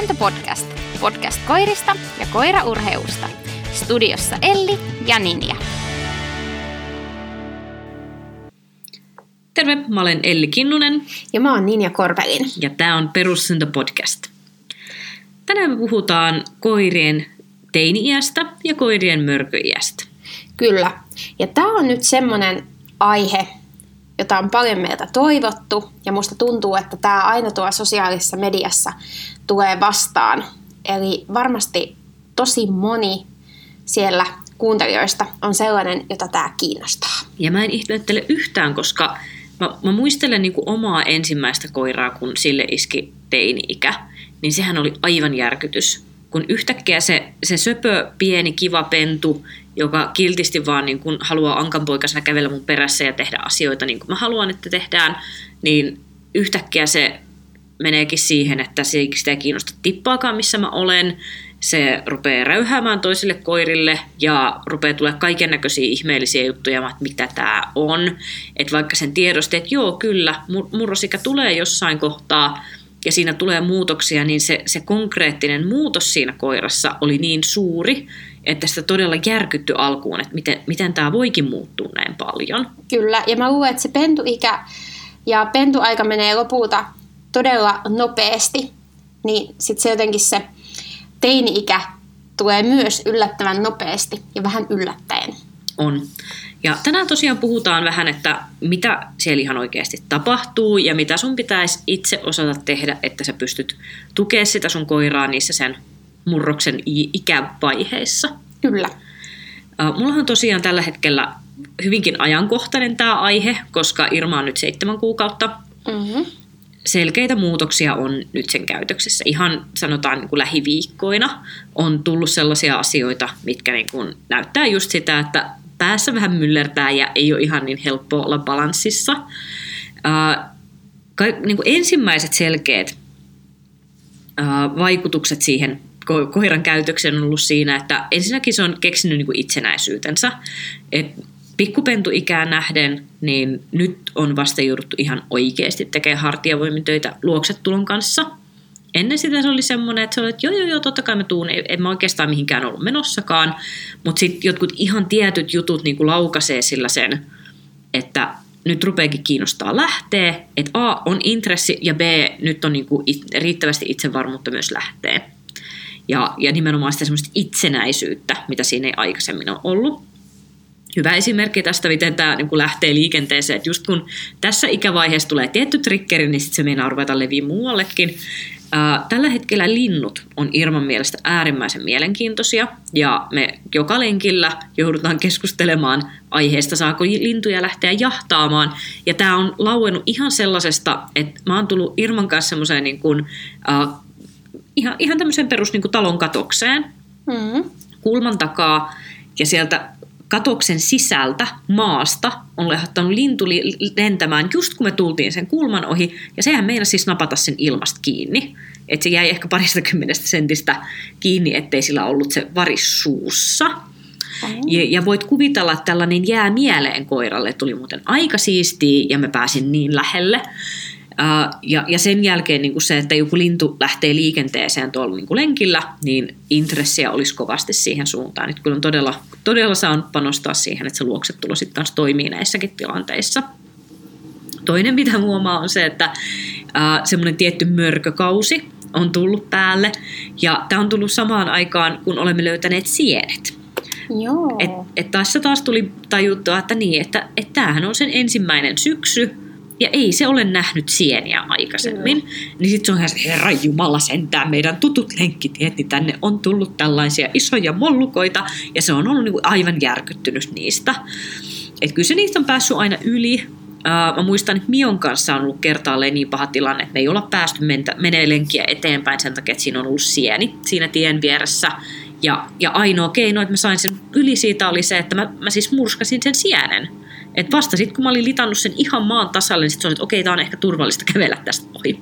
Perussäntö-podcast. Podcast koirista ja koiraurheusta. Studiossa Elli ja Ninja. Terve, mä olen Elli Kinnunen. Ja mä oon Ninja Korvelin. Ja tää on Perussäntö-podcast. Tänään me puhutaan koirien teini-iästä ja koirien mörköiästä. Kyllä. Ja tää on nyt semmonen aihe, jota on paljon meiltä toivottu. Ja musta tuntuu, että tää aina tuo sosiaalisessa mediassa tulee vastaan. Eli varmasti tosi moni siellä kuuntelijoista on sellainen, jota tää kiinnostaa. Ja mä en ihmettele yhtään, koska mä muistelen niin kuin omaa ensimmäistä koiraa, kun sille iski teini-ikä. Niin sehän oli aivan järkytys. Kun yhtäkkiä se söpö, pieni, kiva pentu, joka kiltisti vaan niin kun haluaa ankanpoikasena kävellä mun perässä ja tehdä asioita niin kuin mä haluan, että tehdään, niin yhtäkkiä se meneekin siihen, että sitä ei kiinnosta tippaakaan, missä mä olen. Se rupeaa räyhäämään toisille koirille ja rupeaa tulemaan kaikennäköisiä ihmeellisiä juttuja, että mitä tää on. Että vaikka sen tiedosti, että joo, kyllä, murrosikä tulee jossain kohtaa, ja siinä tulee muutoksia, niin se konkreettinen muutos siinä koirassa oli niin suuri, että sitä todella järkytty alkuun, että miten tämä voikin muuttua näin paljon. Kyllä, ja mä luulen, että se pentuikä ja pentuaika menee lopulta todella nopeasti, niin sitten se jotenkin se teini-ikä tulee myös yllättävän nopeasti ja vähän yllättäen. On. Ja tänään tosiaan puhutaan vähän, että mitä siellä ihan oikeasti tapahtuu ja mitä sun pitäisi itse osata tehdä, että sä pystyt tukemaan sitä sun koiraa niissä sen murroksen ikävaiheissa. Kyllä. Mulla on tosiaan tällä hetkellä hyvinkin ajankohtainen tämä aihe, koska Irma on nyt 7 kuukautta. Mm-hmm. Selkeitä muutoksia on nyt sen käytöksessä. Ihan sanotaan niin kuin lähiviikkoina on tullut sellaisia asioita, mitkä niin kuin näyttää just sitä, että päässä vähän myllertää ja ei ole ihan niin helppoa olla balanssissa. Niin kuin ensimmäiset selkeät vaikutukset siihen koiran käytökseen on ollut siinä, että ensinnäkin se on keksinyt niin kuin itsenäisyytensä. Et pikkupentuikään nähden, niin nyt on vasta jouduttu ihan oikeasti tekemään hartiavoimin töitä luoksetulon kanssa. Ennen sitä se oli semmoinen, että se oli, että joo, totta kai mä tuun, en mä oikeastaan mihinkään ollut menossakaan, mutta sitten jotkut ihan tietyt jutut niin kuin laukaisee sillä sen, että nyt rupeakin kiinnostaa lähteä, että A on intressi ja B nyt on niin kuin riittävästi itsevarmuutta myös lähteä. Ja nimenomaan sitä semmoista itsenäisyyttä, mitä siinä ei aikaisemmin ole ollut. Hyvä esimerkki tästä, miten tämä niin kuin lähtee liikenteeseen, että just kun tässä ikävaiheessa tulee tietty triggeri, niin sitten se meinaa ruveta leviä muuallekin. Tällä hetkellä linnut on Irman mielestä äärimmäisen mielenkiintoisia ja me joka lenkillä joudutaan keskustelemaan aiheesta, saako lintuja lähteä jahtaamaan. Ja tämä on lauennut ihan sellaisesta, että mä oon tullut Irman kanssa semmoiseen niin kuin, ihan tämmöiseen perus niin kuin talon katokseen, kulman takaa ja sieltä katoksen sisältä maasta on lehottanut lintu lentämään just kun me tultiin sen kulman ohi. Ja sehän meinasi siis napata sen ilmasta kiinni. Että se jäi ehkä 20 sentistä kiinni, ettei sillä ollut se varis suussa. Ja voit kuvitella, että tällainen jää mieleen koiralle. Tuli muuten aika siistiä ja mä pääsin niin lähelle. Ja sen jälkeen niin kuin se, että joku lintu lähtee liikenteeseen tuolla niin kuin lenkillä, niin intressiä olisi kovasti siihen suuntaan. Nyt kyllä on todella saanut panostaa siihen, että se luoksetulo sitten taas toimii näissäkin tilanteissa. Toinen, mitä huomaa, on se, että semmoinen tietty mörkökausi on tullut päälle. Ja tämä on tullut samaan aikaan, kun olemme löytäneet sienet. Joo. Tässä taas tuli tajuttua, että tämähän on sen ensimmäinen syksy. Ja ei se ole nähnyt sieniä aikaisemmin. Niin sitten se on ihan se, Herran Jumala sentään, meidän tutut lenkkitiet, niin tänne on tullut tällaisia isoja mollukoita. Ja se on ollut niinku aivan järkyttynyt niistä. Et kyllä se niistä on päässyt aina yli. Mä muistan, että Mion kanssa on ollut kertaalleen niin paha tilanne, että me ei olla päästy menee lenkkiä eteenpäin sen takia, että siinä on ollut sieni siinä tien vieressä. Ja ainoa keino, että mä sain sen yli siitä oli se, että mä siis murskasin sen sienen. Että vasta sitten, kun mä olin litannut sen ihan maan tasalle, niin sitten se oli, että okei, tää on ehkä turvallista kävellä tästä ohi.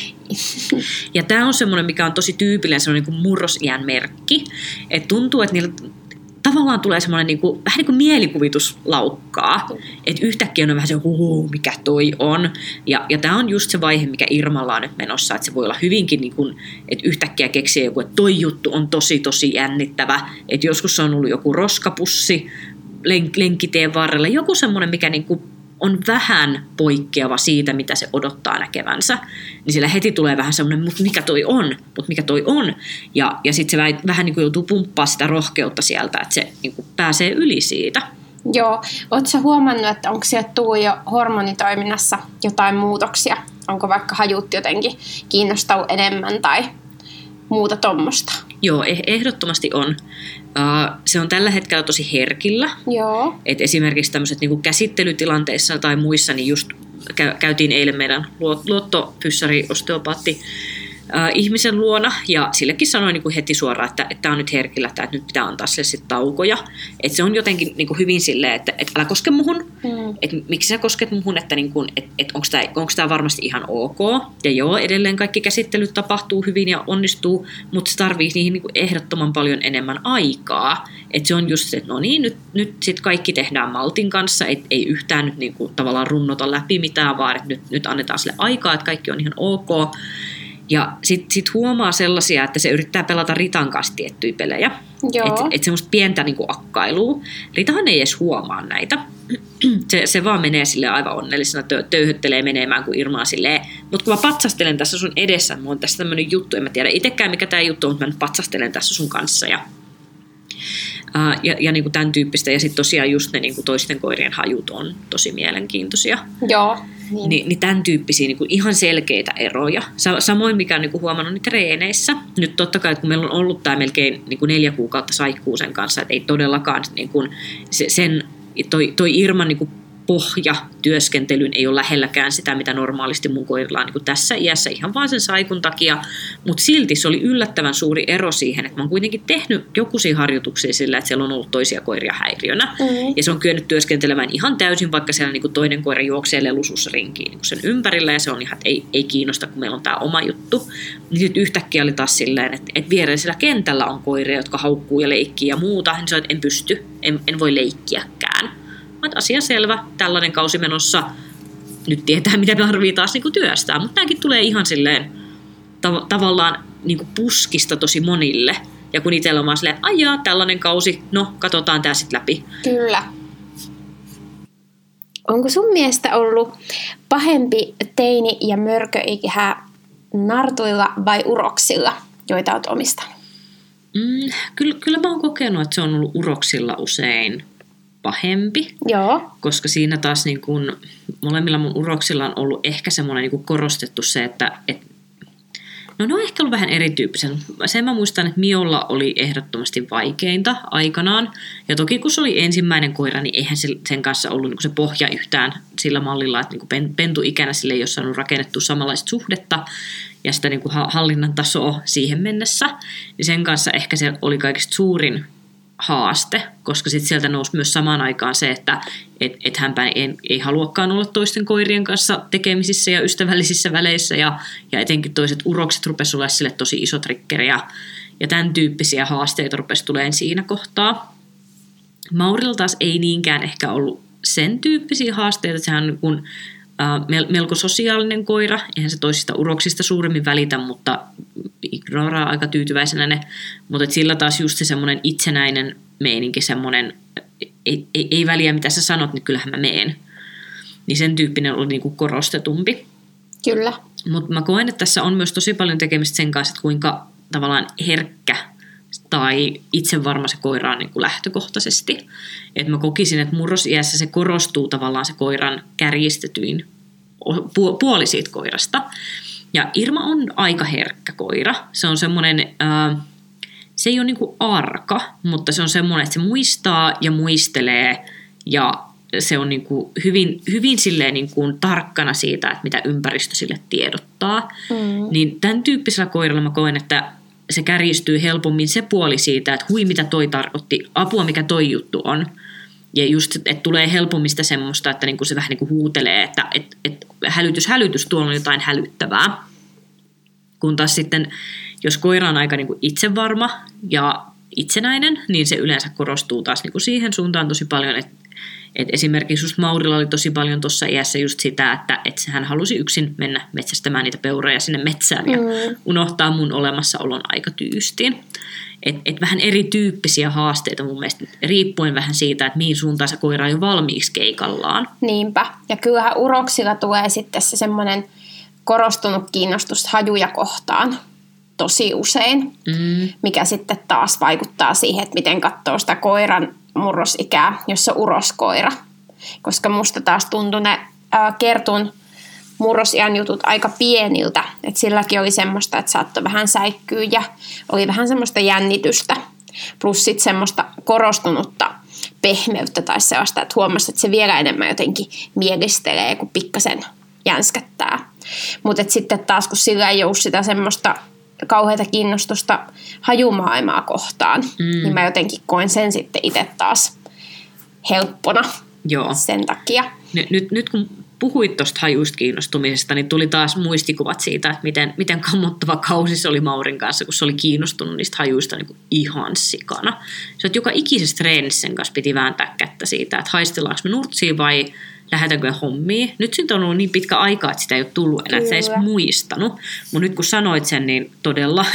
Ja tää on semmoinen, mikä on tosi tyypillinen, semmoinen niin kuin murrosiän merkki. Että tuntuu, että niillä tavallaan tulee semmoinen niinku, vähän niin kuin mielikuvitus laukkaa. Että yhtäkkiä on vähän se, mikä toi on. Ja tämä on just se vaihe, mikä Irmalla on nyt menossa. Että se voi olla hyvinkin, niinku, että yhtäkkiä keksii joku, että toi juttu on tosi jännittävä. Että joskus on ollut joku roskapussi lenkkitien varrella. Joku semmoinen, mikä niinku on vähän poikkeava siitä, mitä se odottaa näkevänsä, niin sillä heti tulee vähän semmoinen, mutta mikä toi on. Ja sitten se vähän niin kuin joutuu pumppaa sitä rohkeutta sieltä, että se niin kuin pääsee yli siitä. Joo. Oletko sä huomannut, että onko sieltä tullut jo hormonitoiminnassa jotain muutoksia? Onko vaikka hajut jotenkin kiinnostanut enemmän tai muuta tommosta? Joo, ehdottomasti on. Se on tällä hetkellä tosi herkillä. Joo. Et esimerkiksi tämmöiset niinku käsittelytilanteissa tai muissa, niin just käytiin eilen meidän luottopyssäri osteopaatti ihmisen luona, ja sillekin sanoi niinku heti suoraan, että tämä on nyt herkillä, että nyt pitää antaa sille sit taukoja. Että se on jotenkin niinku hyvin silleen, että älä koske muhun, että miksi sä kosket muhun, että niinku, onko tämä varmasti ihan ok. Ja joo, edelleen kaikki käsittelyt tapahtuu hyvin ja onnistuu, mutta se tarvii niihin niinku ehdottoman paljon enemmän aikaa. Että se on just se, että no niin, nyt sit kaikki tehdään maltin kanssa, ei yhtään nyt niinku tavallaan runnota läpi mitään, vaan että nyt annetaan sille aikaa, että kaikki on ihan ok. Ja sit huomaa sellaisia, että se yrittää pelata Ritan kanssa tiettyjä pelejä. Että semmoista pientä niinku akkailua. Ritahan ei edes huomaa näitä. Se vaan menee sille aivan onnellisena, töyhyttelee menemään kuin Irmaa silleen. Mutta kun mä patsastelen tässä sun edessä, mulla on tässä tämmöinen juttu, en mä tiedä itsekään mikä tää juttu on, mutta mä nyt patsastelen tässä sun kanssa. Ja niin kuin tämän tyyppistä. Ja sitten tosiaan just ne niin kuin toisten koirien hajut on tosi mielenkiintoisia. Joo. Niin tämän tyyppisiä niin kuin ihan selkeitä eroja. Samoin mikä on niin kuin huomannut niitä treeneissä. Nyt totta kai, kun meillä on ollut tämä melkein niin kuin 4 kuukautta saikkuu sen kanssa, että ei todellakaan niin kuin toi Irman niin kuin pohjatyöskentelyn ei ole lähelläkään sitä, mitä normaalisti mun koirilla on niin kuin tässä iässä ihan vaan sen saikun takia, mutta silti se oli yllättävän suuri ero siihen, että mä oon kuitenkin tehnyt jokuisia harjoituksia sillä, että siellä on ollut toisia koiria häiriönä, ja se on kyennyt työskentelemään ihan täysin, vaikka siellä niin kuin toinen koira juoksee lelusussa rinkiin niin kuin sen ympärillä, ja se on ihan, että ei kiinnosta, kun meillä on tämä oma juttu. Niin nyt yhtäkkiä oli taas silleen, että viereisellä kentällä on koiria, jotka haukkuu ja leikkii ja muuta, niin se on, että en pysty, en voi leikkiäkään. Asia selvä, tällainen kausi menossa, nyt tietää mitä tarvii taas niinku työstää, mutta nämäkin tulee ihan silleen tavallaan niinku puskista tosi monille. Ja kun itsellä on vaan silleen, ajaa tällainen kausi, no katsotaan tää sitten läpi. Kyllä. Onko sun mielestä ollut pahempi teini- ja mörköikä nartuilla vai uroksilla, joita olet omistanut? Kyllä mä oon kokenut, että se on ollut uroksilla usein pahempi, Joo. Koska siinä taas niin kun, molemmilla mun uroksilla on ollut ehkä semmoinen niin kun korostettu se, että no ne on ehkä ollut vähän erityyppisiä. Sen mä muistan, että Miolla oli ehdottomasti vaikeinta aikanaan. Ja toki kun se oli ensimmäinen koira, niin eihän sen kanssa ollut niin se pohja yhtään sillä mallilla, että niin pentuikänä sille ei ole saanut rakennettua samanlaista suhdetta ja sitä niin hallinnan tasoa siihen mennessä. Niin sen kanssa ehkä se oli kaikista suurin haaste, koska sitten sieltä nousi myös samaan aikaan se, että hänpä ei haluakaan olla toisten koirien kanssa tekemisissä ja ystävällisissä väleissä, ja etenkin toiset urokset rupesivat olla sille tosi iso triggeri, ja tämän tyyppisiä haasteita rupesi tulemaan siinä kohtaa. Maurilla taas ei niinkään ehkä ollut sen tyyppisiä haasteita, että sehän on melko sosiaalinen koira, eihän se toisista uroksista suuremmin välitä, mutta ignoraa aika tyytyväisenä ne. Mutta sillä taas just se semmoinen itsenäinen meininki, semmoinen, ei väliä mitä sä sanot, niin kyllähän mä meen. Niin sen tyyppinen oli niinku korostetumpi. Kyllä. Mutta mä koen, että tässä on myös tosi paljon tekemistä sen kanssa, että kuinka tavallaan herkkä tai itsevarma se koira on niin kuin lähtökohtaisesti. Et mä kokisin, että murrosiässä se korostuu tavallaan se koiran kärjistetyin puoli siitä koirasta. Ja Irma on aika herkkä koira. Se on semmoinen, se ei ole niin kuin arka, mutta se on semmoinen, että se muistaa ja muistelee ja se on niin kuin hyvin silleen niin kuin tarkkana siitä, että mitä ympäristö sille tiedottaa. Niin tämän tyyppisellä koiralla mä koen, että se kärjistyy helpommin se puoli siitä, että hui mitä toi tarkoitti, apua mikä toi juttu on. Ja just, että tulee helpommin sitä semmoista, että niinku se vähän niinku huutelee, että hälytys, tuolla on jotain hälyttävää. Kun taas sitten, jos koira on aika niinku itsevarma ja itsenäinen, niin se yleensä korostuu taas niin kuin siihen suuntaan tosi paljon, että esimerkiksi just Maurilla oli tosi paljon tuossa iässä just sitä, että hän halusi yksin mennä metsästämään niitä peuroja sinne metsään ja unohtaa mun olemassaolon aika tyystiin. Et vähän erityyppisiä haasteita mun mielestä, riippuen vähän siitä, että mihin suuntaan se koira on jo valmiiksi keikallaan. Niinpä. Ja kyllähän uroksilla tulee sitten se semmoinen korostunut kiinnostus hajuja kohtaan tosi usein, mikä sitten taas vaikuttaa siihen, että miten katsoo sitä koiran murrosikää, jos se on uroskoira. Koska musta taas tuntui ne Kertun murrosiän jutut aika pieniltä, että silläkin oli semmoista, että saattoi vähän säikkyä ja oli vähän semmoista jännitystä, plus sitten semmoista korostunutta pehmeyttä tai sellaista, että huomasi, että se vielä enemmän jotenkin mielistelee, kun pikkasen jänskättää. Mutta sitten taas, kun sillä ei ole sitä semmoista kauheata kiinnostusta hajumaailmaa kohtaan, niin mä jotenkin koen sen sitten itse taas helppona. Joo. Sen takia. Nyt kun puhuit tuosta hajuista kiinnostumisesta, niin tuli taas muistikuvat siitä, että miten kammottava kausi se oli Maurin kanssa, kun se oli kiinnostunut niistä hajuista niin kuin ihan sikana. Se, että joka ikisessä treenissä sen kanssa piti vääntää kättä siitä, että haistellaanko me nurtsiin vai lähdetäänkö hommiin. Nyt siitä on ollut niin pitkä aika, että sitä ei ole tullut enää, että sä edes muistanut. Mutta nyt kun sanoit sen, niin todella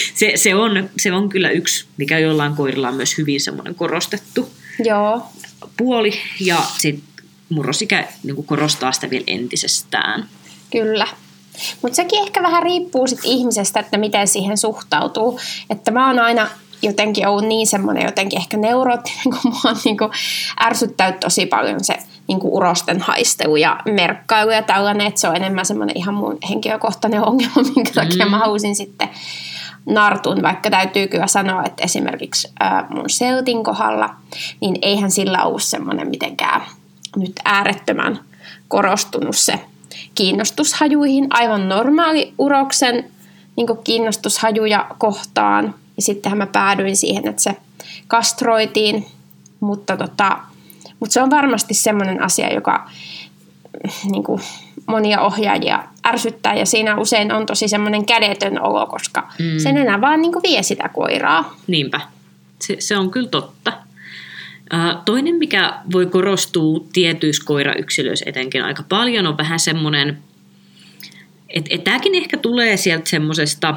se on kyllä yksi, mikä jollain koirilla on myös hyvin semmoinen korostettu puoli. Ja sitten murrosikä niin korostaa sitä vielä entisestään. Kyllä. Mutta sekin ehkä vähän riippuu sit ihmisestä, että miten siihen suhtautuu. Että mä oon aina jotenkin ollut niin semmoinen jotenkin ehkä neuroottinen, kun mua on niin ärsyttänyt tosi paljon se niin urosten haistelu ja merkkailu ja tällainen, että se on enemmän semmoinen ihan mun henkilökohtainen ongelma, minkä takia mä halusin sitten nartun, vaikka täytyy kyllä sanoa, että esimerkiksi mun Seltin kohdalla, niin eihän sillä ollut semmoinen mitenkään nyt äärettömän korostunut se kiinnostushajuihin, aivan normaali uroksen niin kiinnostushajuja kohtaan. Ja sittenhän mä päädyin siihen, että se kastroitiin, mutta se on varmasti semmoinen asia, joka niin kuin monia ohjaajia ärsyttää ja siinä usein on tosi semmoinen kädetön olo, koska sen enää vaan niin kuin vie sitä koiraa. Niinpä, se on kyllä totta. Toinen, mikä voi korostua tietyissä koirayksilöissä etenkin aika paljon, on vähän semmoinen, että tämäkin ehkä tulee sieltä semmoisesta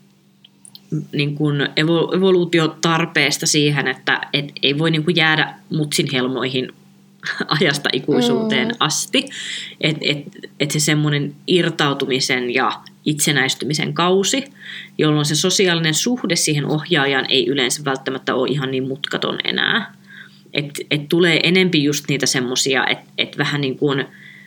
niin kuin evoluutiotarpeesta siihen, että ei voi niin kuin jäädä mutsin helmoihin ajasta ikuisuuteen asti. Että se semmoinen irtautumisen ja itsenäistymisen kausi, jolloin se sosiaalinen suhde siihen ohjaajaan ei yleensä välttämättä ole ihan niin mutkaton enää. Et tulee enempi just niitä semmoisia, että vähän niin kuin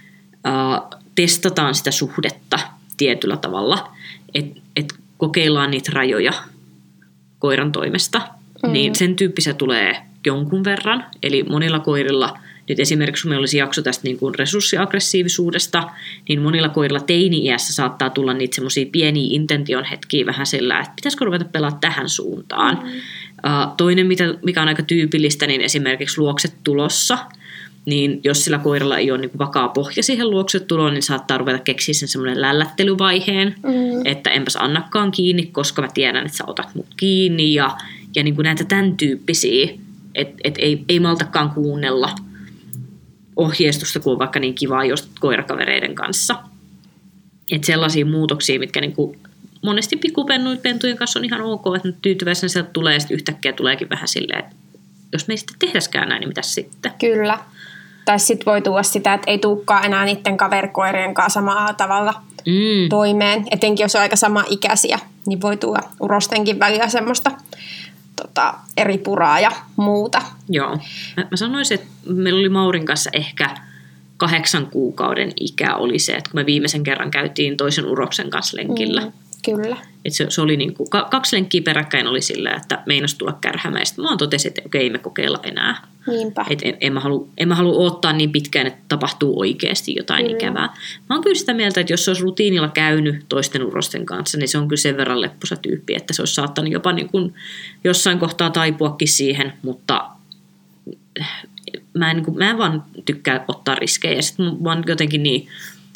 testataan sitä suhdetta tietyllä tavalla, että kokeillaan niitä rajoja koiran toimesta, niin sen tyyppisiä tulee jonkun verran. Eli monilla koirilla, nyt esimerkiksi kun meillä olisi jakso tästä niin kuin resurssiaggressiivisuudesta, niin monilla koirilla teini-iässä saattaa tulla niitä semmoisia pieniä intention hetkiä vähän sillä, että pitäisikö ruveta pelaa tähän suuntaan. Toinen, mikä on aika tyypillistä, niin esimerkiksi luokset tulossa, niin jos sillä koiralla ei ole niin kuin vakaa pohja siihen luokset tuloon, niin saattaa ruveta keksiä sen semmoinen lällättelyvaiheen, että enpäs annakaan kiinni, koska mä tiedän, että sä otat mut kiinni ja niin kuin näitä tämän tyyppisiä, että ei maltakaan kuunnella ohjeistusta, kun on vaikka niin kivaa just koirakavereiden kanssa. Että sellaisia muutoksia, mitkä niin kuin monesti pikkupentujen kanssa on ihan ok, että nyt tyytyväisenä sieltä tulee ja sitten yhtäkkiä tuleekin vähän silleen, että jos me ei sitten tehdäskään näin, niin mitäs sitten? Kyllä. Tai sitten voi tulla sitä, että ei tulekaan enää niiden kaverikoirien kanssa samalla tavalla toimeen. Etenkin jos on aika sama ikäisiä, niin voi tulla urostenkin välillä semmoista eri puraa ja muuta. Joo. Mä sanoisin, että meillä oli Maurin kanssa ehkä 8 kuukauden ikä oli se, että kun me viimeisen kerran käytiin toisen uroksen kanssa lenkillä. Kyllä. Että se oli niin kuin, 2 lenkkiä peräkkäin oli silleen, että meinasi tulla kärhämään. Ja sitten mä totesin, että okei, me kokeilla enää. Niinpä. Että en mä halua odottaa niin pitkään, että tapahtuu oikeasti jotain ikävää. Mä oon kyllä sitä mieltä, että jos se olisi rutiinilla käynyt toisten urosten kanssa, niin se on kyllä sen verran lepposa tyyppi, että se olisi saattanut jopa niin kuin jossain kohtaa taipuakin siihen, mutta mä en vaan tykkää ottaa riskejä. Ja sitten mä oon jotenkin niin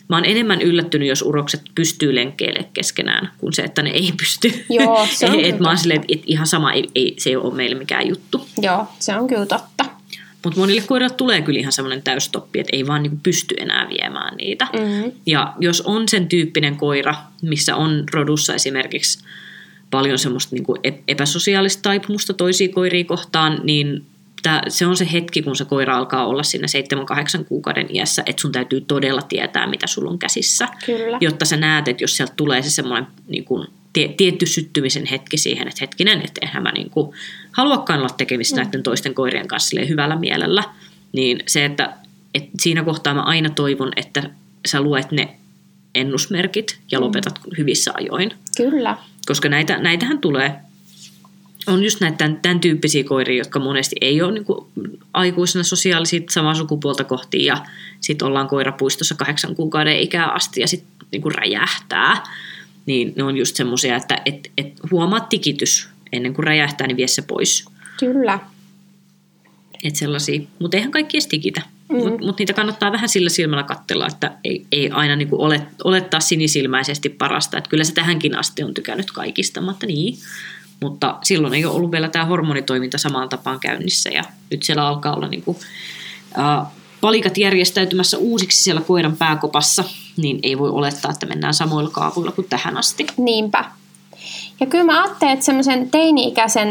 mä oon enemmän yllättynyt, jos urokset pystyy lenkkeilemään keskenään, kuin se, että ne ei pysty. Joo, se on et mä oon silleen, että ihan sama, se ei ole meille mikään juttu. Joo, se on kyllä totta. Mutta monille koiralle tulee kyllä ihan semmoinen täystoppi, että ei vaan niinku pysty enää viemään niitä. Mm-hmm. Ja jos on sen tyyppinen koira, missä on rodussa esimerkiksi paljon semmoista niinku epäsosiaalista taipumusta toisia koiria kohtaan, niin se on se hetki, kun se koira alkaa olla siinä 7-8 kuukauden iässä, että sun täytyy todella tietää, mitä sulla on käsissä. Kyllä. Jotta sä näet, että jos sieltä tulee se semmoinen niinku tietty syttymisen hetki siihen, että hetkinen, että eihän mä niinku haluakaan olla tekemistä näiden toisten koirien kanssa hyvällä mielellä, niin se, että siinä kohtaa mä aina toivon, että sä luet ne ennusmerkit ja lopetat hyvissä ajoin. Kyllä. Koska näitähän tulee. On just näitä tämän tyyppisiä koiria, jotka monesti ei ole niinku aikuisena sosiaalisia samaa sukupuolta kohti ja sitten ollaan koirapuistossa 8 kuukauden ikää asti ja sitten niinku räjähtää. Niin ne on just semmoisia, että et huomaat tikitys ennen kuin räjähtää, niin vie se pois. Kyllä. Että sellaisia, mutta eihän kaikki edes tikitä. Mutta niitä kannattaa vähän sillä silmällä katsella, että ei aina niinku olettaa sinisilmäisesti parasta. Että kyllä se tähänkin asti on tykännyt kaikista, mutta niin. Mutta silloin ei ole ollut vielä tämä hormonitoiminta samaan tapaan käynnissä ja nyt siellä alkaa olla niinku, palikat järjestäytymässä uusiksi siellä koiran pääkopassa, niin ei voi olettaa, että mennään samoilla kaavuilla kuin tähän asti. Niinpä. Ja kyllä mä ajattelen, että semmoisen teini-ikäisen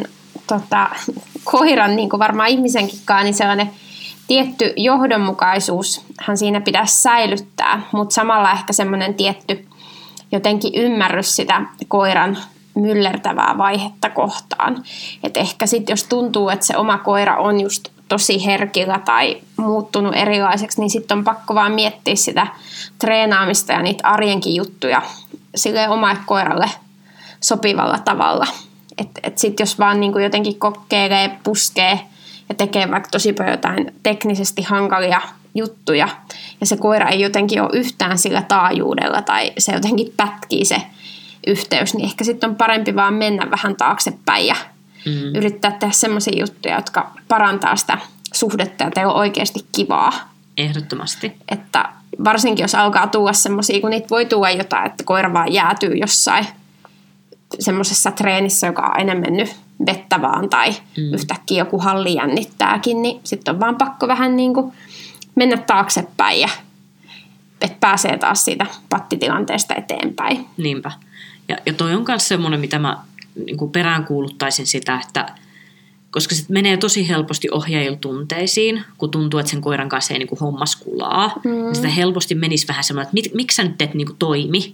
koiran, niin kuin varmaan ihmisenkinkaan, niin sellainen tietty johdonmukaisuushan siinä pitäisi säilyttää, mutta samalla ehkä semmoinen tietty jotenkin ymmärrys sitä koiran myllertävää vaihetta kohtaan. Et ehkä sitten jos tuntuu, että se oma koira on just tosi herkillä tai muuttunut erilaiseksi, niin sitten on pakko vaan miettiä sitä treenaamista ja niitä arjenkin juttuja sille omalle koiralle sopivalla tavalla. Et sitten jos vaan niinku jotenkin kokeilee, puskee ja tekee vaikka tosi paljon jotain teknisesti hankalia juttuja ja se koira ei jotenkin ole yhtään sillä taajuudella tai se jotenkin pätkii se yhteys, niin ehkä sitten on parempi vaan mennä vähän taaksepäin ja yrittää tehdä semmoisia juttuja, jotka parantaa sitä suhdetta ja teillä on oikeasti kivaa. Ehdottomasti. Että varsinkin jos alkaa tulla semmoisia, kun niitä voi tulla jotain, että koira vaan jäätyy jossain semmoisessa treenissä, joka on enemmän mennyt vettä vaan tai yhtäkkiä joku halli jännittääkin, niin sitten on vaan pakko vähän niin kuin mennä taaksepäin ja että pääsee taas siitä pattitilanteesta eteenpäin. Niinpä. Ja toi on myös semmoinen, mitä mä niin kuin peräänkuuluttaisin sitä, että koska se menee tosi helposti ohjailtunteisiin, kun tuntuu, että sen koiran kanssa ei niin kuin hommas kulaa, niin sitä helposti menisi vähän semmoinen, että miksi sä nyt et niin kuin toimi?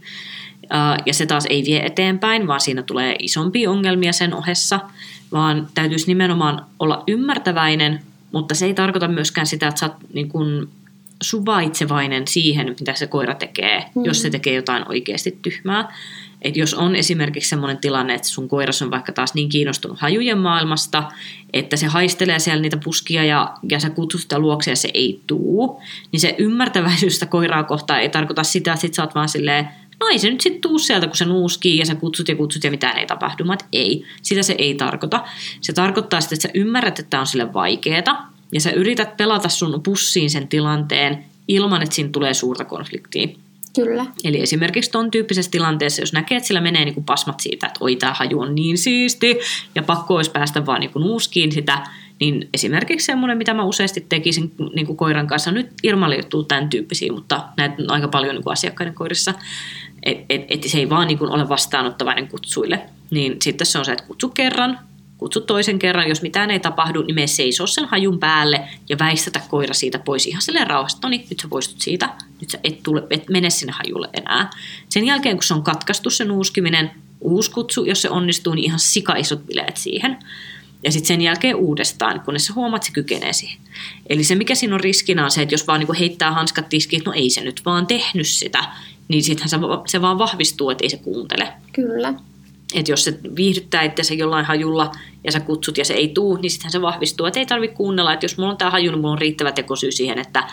Ja se taas ei vie eteenpäin, vaan siinä tulee isompia ongelmia sen ohessa, vaan täytyisi nimenomaan olla ymmärtäväinen, mutta se ei tarkoita myöskään sitä, että sä oot niin kuin suvaitsevainen siihen, mitä se koira tekee, jos se tekee jotain oikeasti tyhmää. Et jos on esimerkiksi sellainen tilanne, että sun koiras on vaikka taas niin kiinnostunut hajujen maailmasta, että se haistelee siellä niitä puskia ja sä kutsut sitä luokse ja se ei tuu, niin se ymmärtäväisyys sitä koiraa kohtaan ei tarkoita sitä, että sit sä oot vaan silleen, no ei se nyt sit tuu sieltä, kun se nuuskii ja sä kutsut ja mitään ei tapahdu. Ei, sitä se ei tarkoita. Se tarkoittaa sitä, että sä ymmärrät, että tää on sille vaikeeta ja sä yrität pelata sun pussiin sen tilanteen ilman, että siinä tulee suurta konfliktia. Kyllä. Eli esimerkiksi ton tyyppisessä tilanteessa, jos näkee, että sillä menee niin kuin pasmat siitä, että oi, tää haju on niin siisti ja pakko olisi päästä vaan niin kuin nuuskiin sitä, niin esimerkiksi semmoinen, mitä mä useasti tekisin niin kuin koiran kanssa, nyt Irmalle ei tule tämän tyyppisiä, mutta näitä on aika paljon niin kuin asiakkaiden koirissa, että se ei vaan niin kuin ole vastaanottavainen kutsuille. Niin sitten se on se, että kutsu kerran, kutsu toisen kerran, jos mitään ei tapahdu, niin mene seisoo sen hajun päälle ja väistätä koira siitä pois ihan silleen rauhassa. No niin, nyt sä poistut siitä, nyt sä et mene sinne hajulle enää. Sen jälkeen, kun se on katkaistu se nuuskiminen, uusi kutsu, jos se onnistuu, niin ihan sikaisot bileet siihen. Ja sitten sen jälkeen uudestaan, kunnes sä huomaat, että se kykenee siihen. Eli se, mikä siinä on riskinä, on se, että jos vaan niin heittää hanskat tiskiin, että no ei se nyt vaan tehnyt sitä, niin sittenhän se vaan vahvistuu, että ei se kuuntele. Kyllä. Että jos se viihdyttää itseänsä jollain hajulla ja sä kutsut ja se ei tuu, niin sittenhän se vahvistuu. Että ei tarvitse kuunnella, että jos mulla on tää haju, niin mulla on riittävä tekosyy siihen, että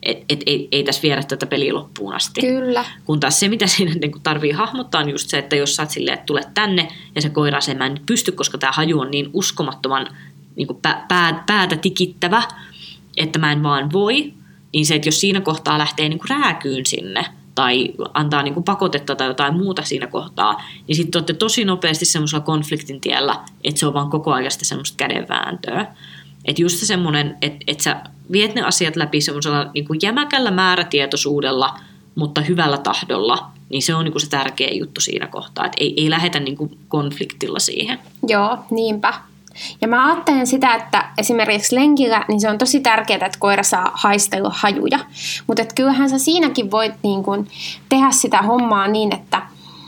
ei tässä viedä tätä peliä loppuun asti. Kyllä. Kun taas se, mitä siinä niin tarvii hahmottaa, on just se, että jos sä oot silleen, että tule tänne ja se koira sen mä en nyt pysty, koska tää haju on niin uskomattoman niin päätä tikittävä, että mä en vaan voi, niin se, että jos siinä kohtaa lähtee niin rääkyyn sinne, tai antaa niin kuin pakotetta tai jotain muuta siinä kohtaa, niin sitten olette tosi nopeasti semmoisella konfliktin tiellä, että se on vaan koko ajan sitä semmoista kädenvääntöä. Että just semmoinen, että sä viet ne asiat läpi semmoisella niin kuin jämäkällä määrätietoisuudella, mutta hyvällä tahdolla, niin se on niin kuin se tärkeä juttu siinä kohtaa, että ei lähdetä niin kuin konfliktilla siihen. Joo, niinpä. Ja mä ajattelen sitä, että esimerkiksi lenkillä, niin se on tosi tärkeää, että koira saa haistella hajuja. Mutta kyllähän sä siinäkin voit niin kun tehdä sitä hommaa niin, että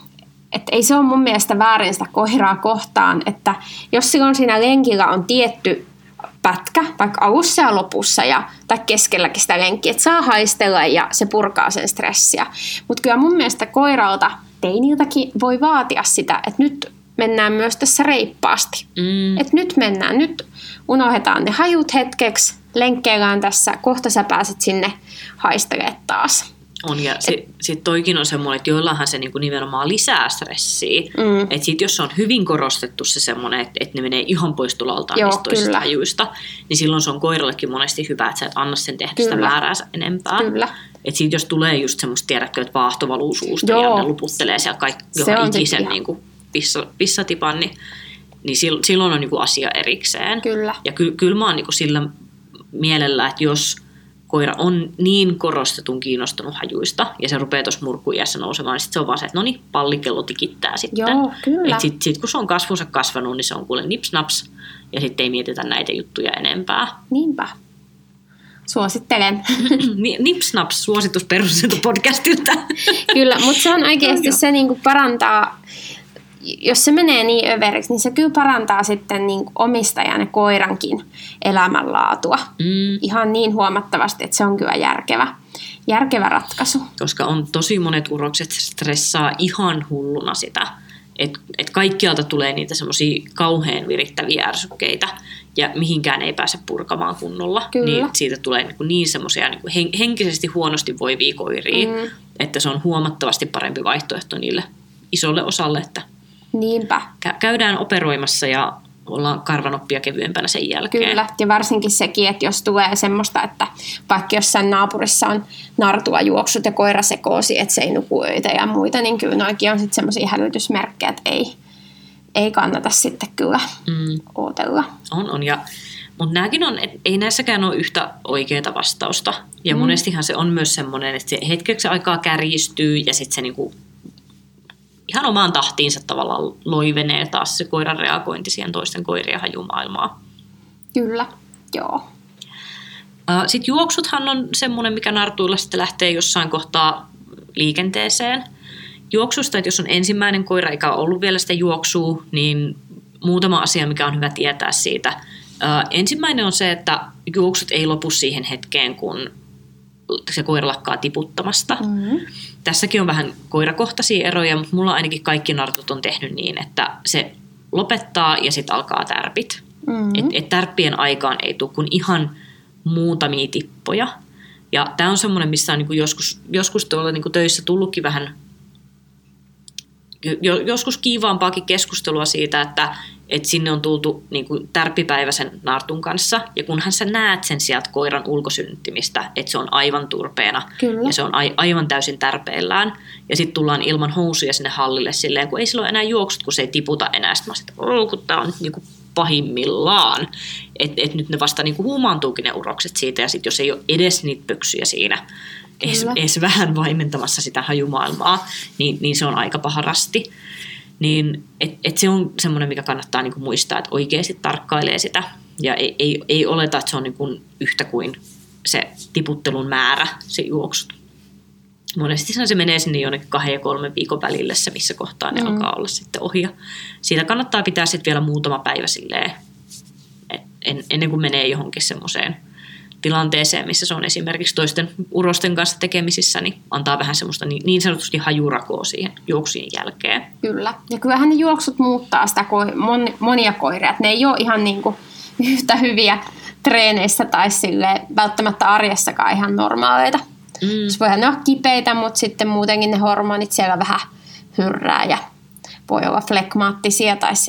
ei se ole mun mielestä väärin sitä koiraa kohtaan, että jos silloin siinä lenkillä on tietty pätkä, vaikka alussa ja lopussa tai keskelläkin sitä lenkkiä, että saa haistella ja se purkaa sen stressiä. Mutta kyllä mun mielestä koiralta, teiniltäkin voi vaatia sitä, että nyt mennään myös tässä reippaasti. Että nyt unohdetaan ne hajut hetkeksi, lenkkeillään tässä, kohta sä pääset sinne haistelemaan taas. On, ja sitten toikin on semmoinen, että joillahan se niinku nimenomaan lisää stressiä. Että sitten jos se on hyvin korostettu se semmoinen, että ne menee ihan pois tulaltaan niistä toisista hajuista, niin silloin se on koirallekin monesti hyvä, että sä et anna sen tehdä sitä määräänsä enempää. Että sitten jos tulee just semmoista, tiedätkö, että vaahto valuu suusta ja ne luputtelee siellä joka ikisen niinku pissatipan, niin silloin on niinku asia erikseen. Kyllä. Ja kyllä mä oon niinku sillä mielellä, että jos koira on niin korostetun kiinnostunut hajuista ja se rupeaa tuossa murkkuiässä nousemaan, niin sit se on vaan se, että no niin, pallikello tikittää sitten. Joo, kyllä. Sitten kun se on kasvunsa kasvanut, niin se on kuule nips-naps ja sitten ei mietitä näitä juttuja enempää. Niinpä. Suosittelen. Nips-naps, suositus perusteelta podcastilta. Kyllä, mutta se on oikeasti se niinku parantaa, jos se menee niin överiksi, niin se kyllä parantaa sitten niinku omistajan ja koirankin elämänlaatua. Ihan niin huomattavasti, että se on kyllä järkevä ratkaisu. Koska on tosi monet urokset stressaa ihan hulluna sitä, että kaikkialta tulee niitä semmoisia kauhean virittäviä ärsykkeitä ja mihinkään ei pääse purkamaan kunnolla. Kyllä. Niin siitä tulee niin semmoisia niin henkisesti huonosti voivia koiria, että se on huomattavasti parempi vaihtoehto niille isolle osalle, että niinpä. Käydään operoimassa ja ollaan karvanoppia kevyempänä sen jälkeen. Kyllä, ja varsinkin sekin, että jos tulee semmoista, että vaikka jossain naapurissa on nartua juoksut ja koira sekoosi, että se ei nuku öitä ja muita, niin kyllä noikin on sitten semmoisia hälytysmerkkejä, että ei kannata sitten kyllä ootella. On. Mutta nämäkin on, ei näissäkään ole yhtä oikeaa vastausta. Ja monestihan se on myös semmoinen, että se hetkeksi aikaa kärjistyy ja sitten se niinku ihan omaan tahtiinsa tavallaan loivenee taas se koiran reagointi siihen toisten koirien hajumaailmaan. Kyllä, joo. Sitten juoksuthan on semmoinen, mikä nartuilla sitten lähtee jossain kohtaa liikenteeseen. Juoksusta, että jos on ensimmäinen koira eikä ole ollut vielä sitä juoksua, niin muutama asia, mikä on hyvä tietää siitä. Ensimmäinen on se, että juoksut ei lopu siihen hetkeen, kun se koira lakkaa tiputtamasta. Tässäkin on vähän koirakohtaisia eroja, mutta mulla ainakin kaikki nartut on tehnyt niin, että se lopettaa ja sitten alkaa tärpit. Et tärppien aikaan ei tule kuin ihan muutamia tippoja. Ja tämä on semmoinen, missä on niinku joskus tuolla niinku töissä tullutkin vähän joskus kiivaampaakin keskustelua siitä, että sinne on tultu niinku tärppipäiväisen nartun kanssa, ja kunhan sä näet sen sieltä koiran ulkosynnyttimistä, että se on aivan turpeena, ja se on aivan täysin tärpeillään, ja sitten tullaan ilman housuja sinne hallille silleen, kun ei sillä ole enää juoksut, kun se ei tiputa enää, sitten mä sanoin, kun tää on nyt niinku pahimmillaan, että nyt ne vasta niinku huumaantuukin ne urokset siitä, ja sitten jos ei ole edes niitä pöksyjä siinä, edes vähän vaimentamassa sitä hajumaailmaa, niin se on aika paha rasti. Niin, se on semmoinen, mikä kannattaa niinku muistaa, että oikeasti tarkkailee sitä ja ei oleta, että se on niinku yhtä kuin se tiputtelun määrä, se juoksut. Monesti se menee sinne jonnekin 2 ja 3 viikon välille se, missä kohtaa ne alkaa olla sitten ohi. Ja siitä kannattaa pitää sitten vielä muutama päivä silleen, ennen kuin menee johonkin semmoiseen tilanteeseen, missä se on esimerkiksi toisten urosten kanssa tekemisissä, niin antaa vähän semmoista niin sanotusti hajurakoa siihen juoksujen jälkeen. Kyllä. Ja kyllähän ne juoksut muuttaa sitä monia koiria. Ne ei ole ihan niinku yhtä hyviä treeneissä tai välttämättä arjessakaan ihan normaaleita. Voihan ne olla kipeitä, mutta sitten muutenkin ne hormonit siellä vähän hyrrää ja voi olla flekmaattisia tai sitten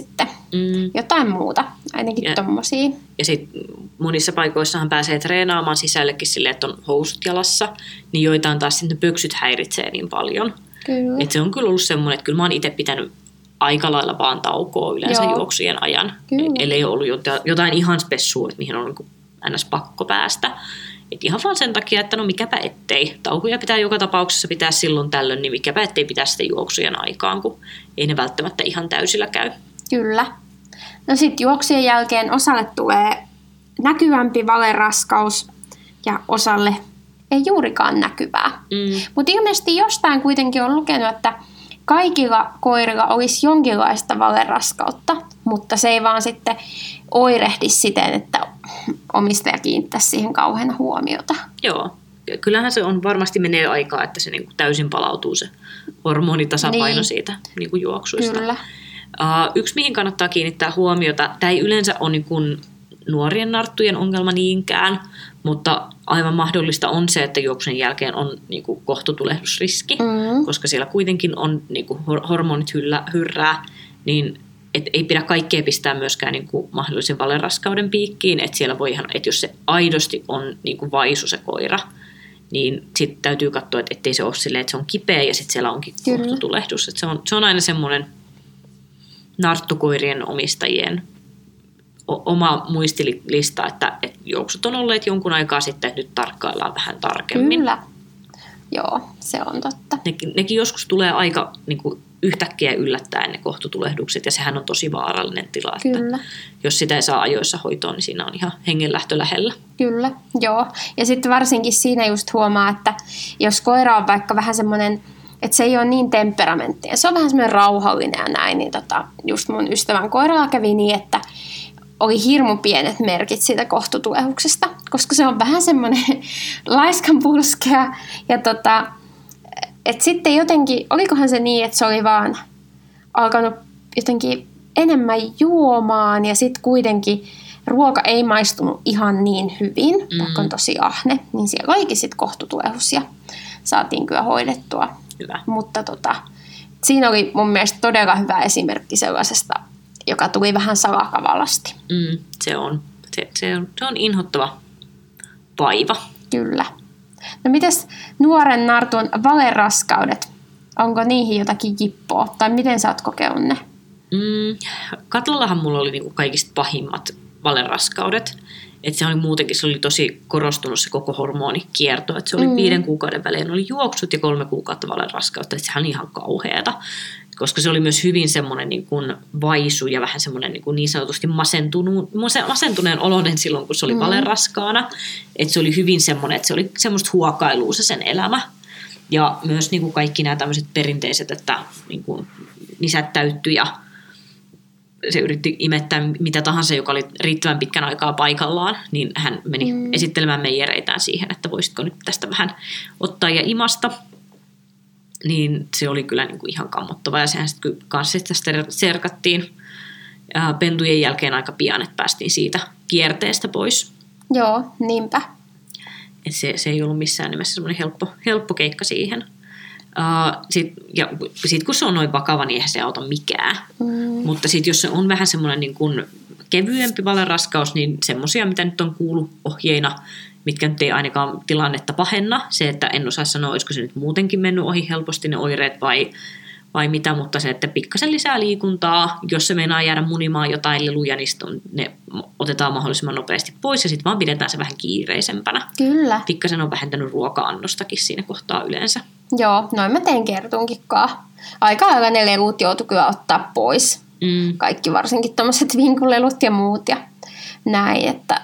jotain muuta, ainakin tommosia. Ja sitten monissa paikoissahan pääsee treenaamaan sisällekin silleen, että on housut jalassa, niin joitain taas sitten pöksyt häiritsee niin paljon. Kyllä. Et se on kyllä ollut semmoinen, että kyllä mä oon itse pitänyt aika lailla vaan taukoa yleensä juoksujen ajan. Ellei ole ollut jotain ihan spessua, mihin on niin ns. Pakko päästä. Et ihan vaan sen takia, että no mikäpä ettei. Taukoja pitää joka tapauksessa pitää silloin tällöin, niin mikäpä ettei pitää sitä juoksujen aikaan, kun ei ne välttämättä ihan täysillä käy. Kyllä. No sitten juoksujen jälkeen osalle tulee näkyvämpi valeraskaus ja osalle ei juurikaan näkyvää. Mutta ilmeisesti jostain kuitenkin on lukenut, että kaikilla koirilla olisi jonkinlaista valeraskautta, mutta se ei vaan sitten oirehdi siten, että omistaja kiinnittäisi siihen kauheana huomiota. Joo. Kyllähän se on varmasti menee aikaa, että se niinku täysin palautuu se hormonitasapaino siitä niinku juoksuista. Kyllä. Yksi, mihin kannattaa kiinnittää huomiota, tämä ei yleensä ole niinku nuorien narttujen ongelma niinkään, mutta aivan mahdollista on se, että juoksun jälkeen on niinku kohtutulehdusriski, koska siellä kuitenkin on niinku hormonit hyrrää, niin ei pidä kaikkea pistää myöskään niinku mahdollisen valeraskauden piikkiin, että siellä voi ihan, että jos se aidosti on niinku vaisu se koira, niin sitten täytyy katsoa, että ettei se ole silleen, että se on kipeä ja sitten siellä onkin kohtutulehdus. Että se on aina semmoinen narttukoirien omistajien oma muistilista, että juoksut on olleet jonkun aikaa sitten, että nyt tarkkaillaan vähän tarkemmin. Kyllä, joo, se on totta. Nekin joskus tulee aika niin kuin yhtäkkiä yllättäen ne kohtutulehdukset, ja sehän on tosi vaarallinen tila. Kyllä. Että jos sitä ei saa ajoissa hoitoon, niin siinä on ihan hengenlähtö lähellä. Kyllä, joo. Ja sitten varsinkin siinä just huomaa, että jos koira on vaikka vähän semmoinen, että se ei ole niin temperamenttinen, se on vähän semmoinen rauhallinen ja näin, niin just mun ystävän koiralla kävi niin, että oli hirmu pienet merkit siitä kohtutulehuksesta, koska se on vähän semmoinen laiskanpulskea. Ja että sitten jotenkin, olikohan se niin, että se oli vaan alkanut jotenkin enemmän juomaan ja sitten kuitenkin ruoka ei maistunut ihan niin hyvin, vaikka on tosi ahne, niin siellä olikin sitten kohtutulehus ja saatiin kyllä hoidettua. Hyvä. Mutta siinä oli mun mielestä todella hyvä esimerkki sellaisesta, joka tuli vähän salakavalasti. Se on inhottava vaiva. Kyllä. No mites nuoren nartun valeraskaudet? Onko niihin jotakin jippoa? Tai miten sä oot kokeillut ne? Katlollahan mulla oli niinku kaikista pahimmat valeraskaudet. Et se oli muutenkin, se oli tosi korostunut se koko hormonikierto. Et se oli 5 kuukauden välein oli juoksut ja 3 kuukautta valeraskautta. Et sehän oli ihan kauheata. Koska se oli myös hyvin semmoinen niin kuin vaisu ja vähän semmoinen niin sanotusti masentuneen oloinen silloin, kun se oli valeraskaana. Että se oli hyvin semmoinen, että se oli semmoista huokailua se sen elämä. Ja myös niin kuin kaikki nämä tämmöiset perinteiset, että niin kuin nisät täyttyi ja se yritti imettää mitä tahansa, joka oli riittävän pitkän aikaa paikallaan, niin hän meni esittelemään meijereitään siihen, että voisitko nyt tästä vähän ottaa ja imasta. Niin se oli kyllä niin kuin ihan kammottava ja sehän sitten kanssa tästä serkattiin pentujen jälkeen aika pian, että päästiin siitä kierteestä pois. Joo, niinpä. Et se ei ollut missään nimessä semmoinen helppo keikka siihen. Sitten kun se on noin vakava, niin eihän se auta mikään. Mutta sitten jos se on vähän semmoinen niin kuin kevyempi valeraskaus, niin semmoisia, mitä nyt on kuullut ohjeina, mitkä nyt ei ainakaan tilannetta pahenna. Se, että en osaa sanoa, olisiko se nyt muutenkin mennyt ohi helposti ne oireet vai mitä, mutta se, että pikkasen lisää liikuntaa, jos se meinaa jäädä munimaan jotain leluja, niin ne otetaan mahdollisimman nopeasti pois ja sitten vaan pidetään se vähän kiireisempänä. Kyllä. Pikkasen on vähentänyt ruoka-annostakin siinä kohtaa yleensä. Joo, noin mä tein kertunkinkaan. Aika aika ne lelut joutui kyllä ottaa pois. Kaikki varsinkin tommoset vinkulelut ja muut ja näin, että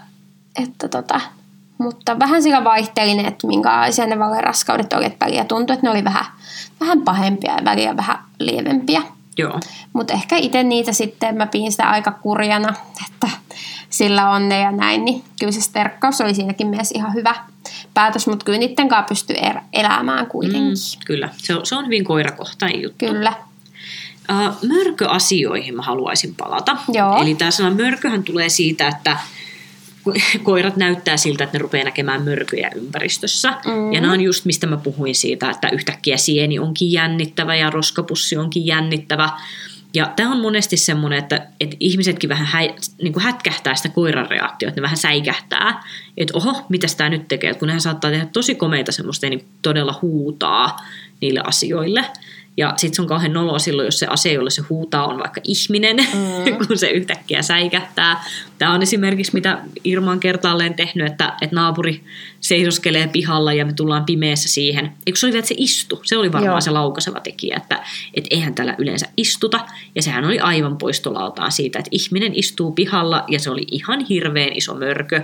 mutta vähän sillä vaihteli, että minkälaisia ne valeraskaudet oli, että väliä tuntui, että ne oli vähän pahempia ja väliä vähän lievempiä. Joo. Mutta ehkä itse niitä sitten, mä pidin sitä aika kurjana, että sillä on ne ja näin, niin kyllä se sterkkaus oli siinäkin mielessä ihan hyvä päätös, mutta kyllä niiden kanssa pystyy elämään kuitenkin. Kyllä, se on hyvin koirakohtainen juttu. Kyllä. Mörköasioihin mä haluaisin palata. Joo. Eli tämä sana mörköhän tulee siitä, että koirat näyttää siltä, että ne rupeaa näkemään mörköjä ympäristössä. Ja nämä on just, mistä mä puhuin siitä, että yhtäkkiä sieni onkin jännittävä ja roskapussi onkin jännittävä. Ja tämä on monesti semmoinen, että ihmisetkin vähän niin kuin hätkähtää sitä koiran reaktiota, että ne vähän säikähtää, että oho, mitäs tämä nyt tekee, kun nehän saattaa tehdä tosi komeita semmoista niin todella huutaa niille asioille. Ja sitten se on kauhean noloa silloin, jos se ase, jolle se huutaa, on vaikka ihminen, kun se yhtäkkiä säikähtää. Tämä on esimerkiksi, mitä Irma on kertaalleen tehnyt, että naapuri seisoskelee pihalla ja me tullaan pimeässä siihen. Eikö se oli vielä, että se istui? Se oli varmaan se laukaiseva tekijä, että eihän täällä yleensä istuta. Ja sehän oli aivan poistolautaan siitä, että ihminen istuu pihalla ja se oli ihan hirveän iso mörkö.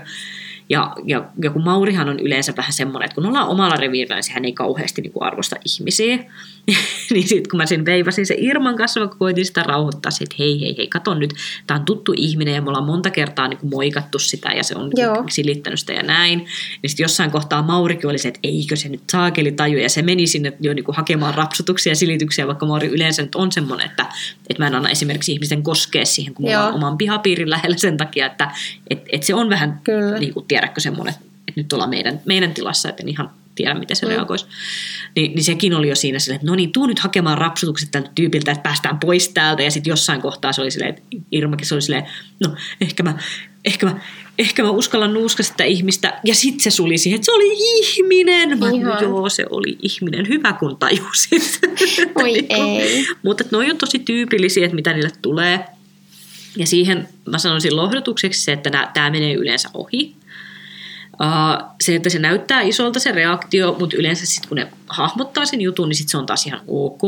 Ja kun Maurihan on yleensä vähän semmoinen, että kun ollaan omalla reviirillä, niin sehän ei kauheasti niin kuin arvosta ihmisiä. Niin sitten kun mä sen veivasin se Irman kanssa, mä koitin sitä rauhoittaa, että hei, kato nyt, tää on tuttu ihminen ja me ollaan monta kertaa niin kuin moikattu sitä ja se on silittänyt sitä ja näin. Niin sitten jossain kohtaa Maurikin oli se, että eikö se nyt saakeli taju ja se meni sinne jo niin kuin hakemaan rapsutuksia ja silityksiä, vaikka Mauri yleensä nyt on semmoinen, että mä en anna esimerkiksi ihmisten koskea siihen, kun mulla on oman pihapiirin lähellä sen takia, että se on vähän niin kuin tiedätkö semmoinen, että nyt ollaan meidän tilassa, että en ihan tiedä, miten se reagoisi. Niin sekin oli jo siinä silleen, että no niin, tuu nyt hakemaan rapsutukset tältä tyypiltä, että päästään pois täältä. Ja sitten jossain kohtaa se oli silleen, että Irmakin se oli silleen, no ehkä mä uskallan nuuska sitä ihmistä. Ja sitten se suli siihen, että se oli ihminen. Joo, se oli ihminen. Hyvä, kun tajusit. Oi ei. Mutta noi on tosi tyypillisiä, että mitä niille tulee. Ja siihen mä sanoisin lohdutukseksi se, että tämä menee yleensä ohi. Se, että se näyttää isolta se reaktio, mutta yleensä sitten kun ne hahmottaa sen jutun, niin sitten se on taas ihan ok.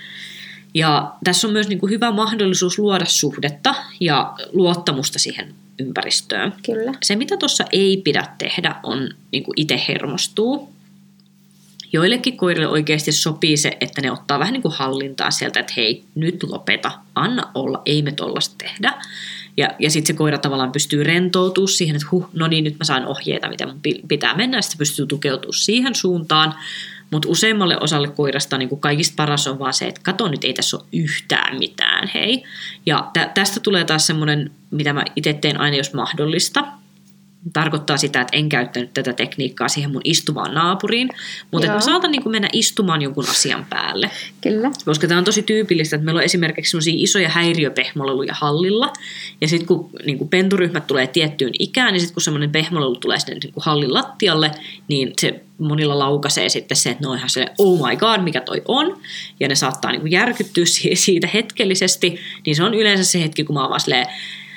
Ja tässä on myös niin kuin hyvä mahdollisuus luoda suhdetta ja luottamusta siihen ympäristöön. Kyllä. Se, mitä tuossa ei pidä tehdä, on niin kuin itse hermostuu. Joillekin koirille oikeasti sopii se, että ne ottaa vähän niin kuin hallintaa sieltä, että hei, nyt lopeta, anna olla, ei me tollasta tehdä. Ja sitten se koira tavallaan pystyy rentoutumaan siihen, että no niin, nyt mä saan ohjeita, miten mun pitää mennä, ja sitten se pystyy tukeutumaan siihen suuntaan. Mutta useimmalle osalle koirasta niin kuin kaikista paras on vaan se, että kato, nyt ei tässä ole yhtään mitään, hei. Ja tästä tulee taas semmoinen, mitä mä itse teen aina, jos mahdollista. Tarkoittaa sitä, että en käyttänyt tätä tekniikkaa siihen mun istuvaan naapuriin, mutta mä saatan niin kuin mennä istumaan jonkun asian päälle. Kyllä. Koska tämä on tosi tyypillistä, että meillä on esimerkiksi sellaisia isoja häiriöpehmololuja hallilla, ja sitten kun niin kuin penturyhmät tulee tiettyyn ikään, niin sitten kun semmoinen pehmolelu tulee sinne niin kuin hallin lattialle, niin se monilla laukaisee sitten se, että ne on ihan se, oh my god, mikä toi on, ja ne saattaa niin kuin järkyttyä siitä hetkellisesti, niin se on yleensä se hetki, kun mä oon vaan silleen,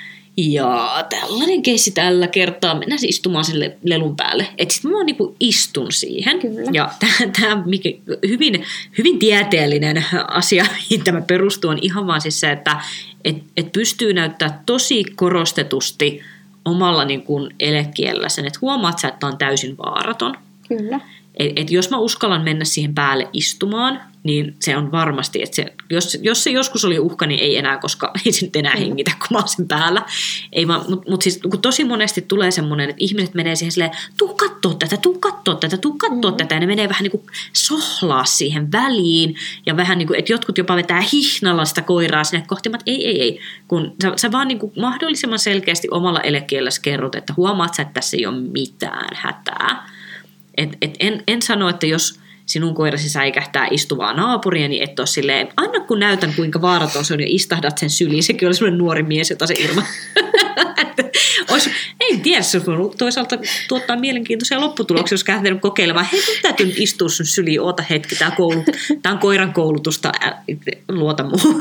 ja tällainen keissi tällä kertaa, mennään istumaan sille lelun päälle. Että sitten mä vaan niinku istun siihen. Kyllä. Ja tämä hyvin tieteellinen asia, mihin tämä perustuu, on ihan vaan siis se, että et pystyy näyttää tosi korostetusti omalla niinku elekielellä sen, että huomaat sä, että on täysin vaaraton. Kyllä. Et jos mä uskallan mennä siihen päälle istumaan, niin se on varmasti, että jos se joskus oli uhka, niin ei enää, koska ei se nyt enää hengitä, kun mä oon sen päällä. Mutta siis kun tosi monesti tulee semmoinen, että ihmiset menee siihen silleen, tuu kattoo tätä, ja ne menee vähän niin kuin sohlaa siihen väliin, ja vähän niin kuin, että jotkut jopa vetää hihnalla sitä koiraa sinne kohti, että ei, kun sä vaan niin kuin mahdollisimman selkeästi omalla elekielläsi kerrot, että huomaat sä, että tässä ei ole mitään hätää. En sano, että jos sinun koirasi säikähtää istuvaa naapuria, niin et ole silleen, anna kun näytän kuinka vaaraton se on ja istahdat sen syliin. Sekin oli sellainen nuori mies, jota se Irma. En tiedä, se on toisaalta tuottaa mielenkiintoisia lopputuloksia, jos kähtänyt kokeilemaan. Hei, nyt täytyy nyt istua sun syliin, oota hetki, tämä on koiran koulutusta, luota muuhun.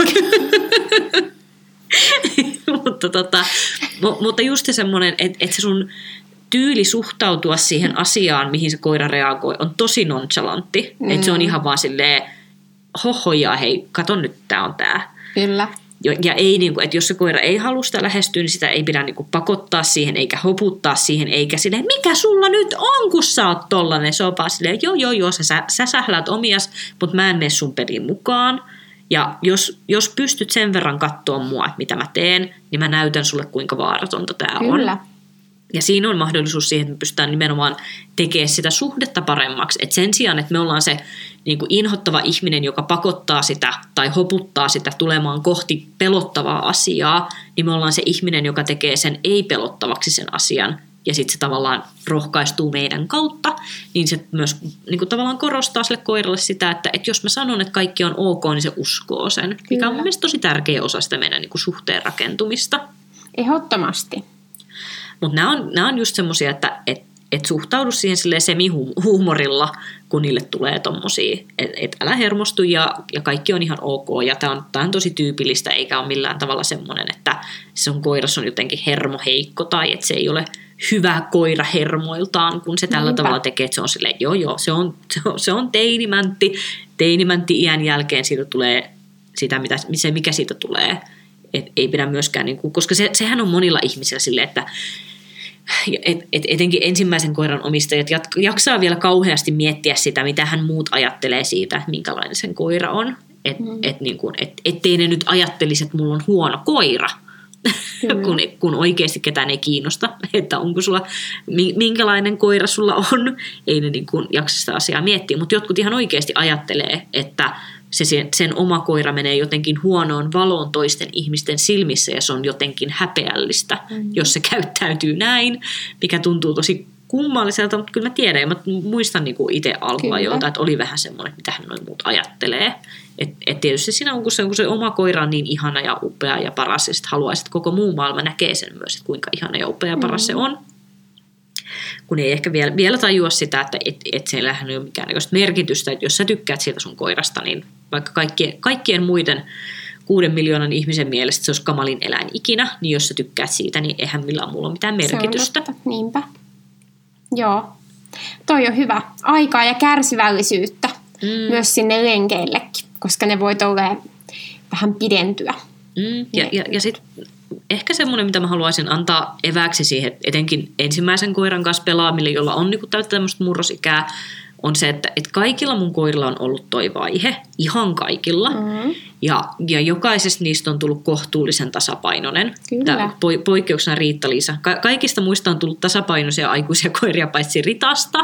Mutta just semmoinen, että se sun tyyli suhtautua siihen asiaan, mihin se koira reagoi, on tosi nonchalantti. Että se on ihan vaan silleen, hohojaa, hei, kato nyt, tää on tää. Kyllä. Ja ei, niin kuin, että jos se koira ei halua sitä lähestyä, niin sitä ei pidä niin kuin pakottaa siihen, eikä hoputtaa siihen, eikä silleen, mikä sulla nyt on, kun sä oot tollanen. Se on vaan silleen, joo, sä sähläät omias, mutta mä en mene sun peliin mukaan. Ja jos pystyt sen verran katsoa mua, että mitä mä teen, niin mä näytän sulle, kuinka vaaratonta tää on. Kyllä. Ja siinä on mahdollisuus siihen, että me pystytään nimenomaan tekemään sitä suhdetta paremmaksi. Et sen sijaan, että me ollaan se niin kuin inhottava ihminen, joka pakottaa sitä tai hoputtaa sitä tulemaan kohti pelottavaa asiaa, niin me ollaan se ihminen, joka tekee sen ei-pelottavaksi sen asian ja sitten se tavallaan rohkaistuu meidän kautta, niin se myös niin kuin tavallaan korostaa sille koiralle sitä, että jos mä sanon, että kaikki on ok, niin se uskoo sen, mikä on mun mielestä tosi tärkeä osa sitä meidän niin kuin suhteen rakentumista. Ehdottomasti. Mutta nämä on just semmoisia, että suhtaudu siihen semi-huumorilla, kun niille tulee tommosia, että älä hermostu ja kaikki on ihan ok. Ja tämä on tosi tyypillistä, eikä ole millään tavalla semmoinen, että se on koiras on jotenkin hermoheikko tai että se ei ole hyvä koira hermoiltaan, kun se tällä tavalla tekee, että se on silleen, se on teinimäntti iän jälkeen siitä tulee sitä, mikä siitä tulee. Et ei pidä myöskään, koska sehän on monilla ihmisillä silleen, että etenkin ensimmäisen koiran omistajat jaksaa vielä miettiä sitä, mitä hän muut ajattelee siitä, minkälainen sen koira on. Ettei ne nyt ajattelisi, että mulla on huono koira, kun oikeasti ketään ei kiinnosta, että onko sulla, minkälainen koira sulla on. Ei ne jaksa sitä asiaa miettiä, mutta jotkut ihan oikeasti ajattelee, että sen oma koira menee jotenkin huonoon valoon toisten ihmisten silmissä ja se on jotenkin häpeällistä, jos se käyttäytyy näin, mikä tuntuu tosi kummalliselta, mutta kyllä mä tiedän ja mä muistan itse alkuajoilta, että oli vähän semmoinen, mitä hän noin muut ajattelee. Et tietysti siinä on, kun se oma koira on niin ihana ja upea ja paras ja sitten haluaisit, että koko muu maailma näkee sen myös, että kuinka ihana ja upea ja paras se on. Kun ei ehkä vielä tajua sitä, että siellähän ei ole mikään merkitystä, että jos sä tykkäät siitä sun koirasta, niin vaikka kaikkien muiden 6 miljoonan ihmisen mielestä se olisi kamalin eläin ikinä, niin jos sä tykkäät siitä, niin eihän millään mulla ole mitään merkitystä. Se on totta. Niinpä. Joo. Toi on hyvä. Aikaa ja kärsivällisyyttä myös sinne lenkeillekin, koska ne voi vähän pidentyä. Ja sitten ehkä semmoinen, mitä mä haluaisin antaa evääksi siihen, etenkin ensimmäisen koiran kanssa pelaamille, jolla on tämmöistä murrosikää, on se, että kaikilla mun koirilla on ollut toi vaihe, ihan kaikilla. Ja jokaisesta niistä on tullut kohtuullisen tasapainoinen. Poikkeuksena Riitta-Liisa. Kaikista muista on tullut tasapainoisia aikuisia koiria, paitsi Ritasta.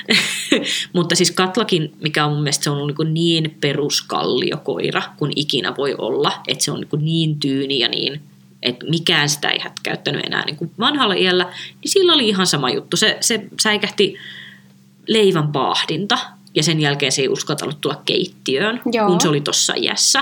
Mutta siis Katlakin, mikä on mun mielestä se on ollut niin peruskalliokoira, kuin ikinä voi olla. Että se on niin tyyni ja niin, että mikään sitä ei hätkäyttänyt enää vanhalla iällä. Niin sillä oli ihan sama juttu. Se säikähti leivän paahdinta ja sen jälkeen se ei uskaltanut tulla keittiöön, kun se oli tuossa iässä.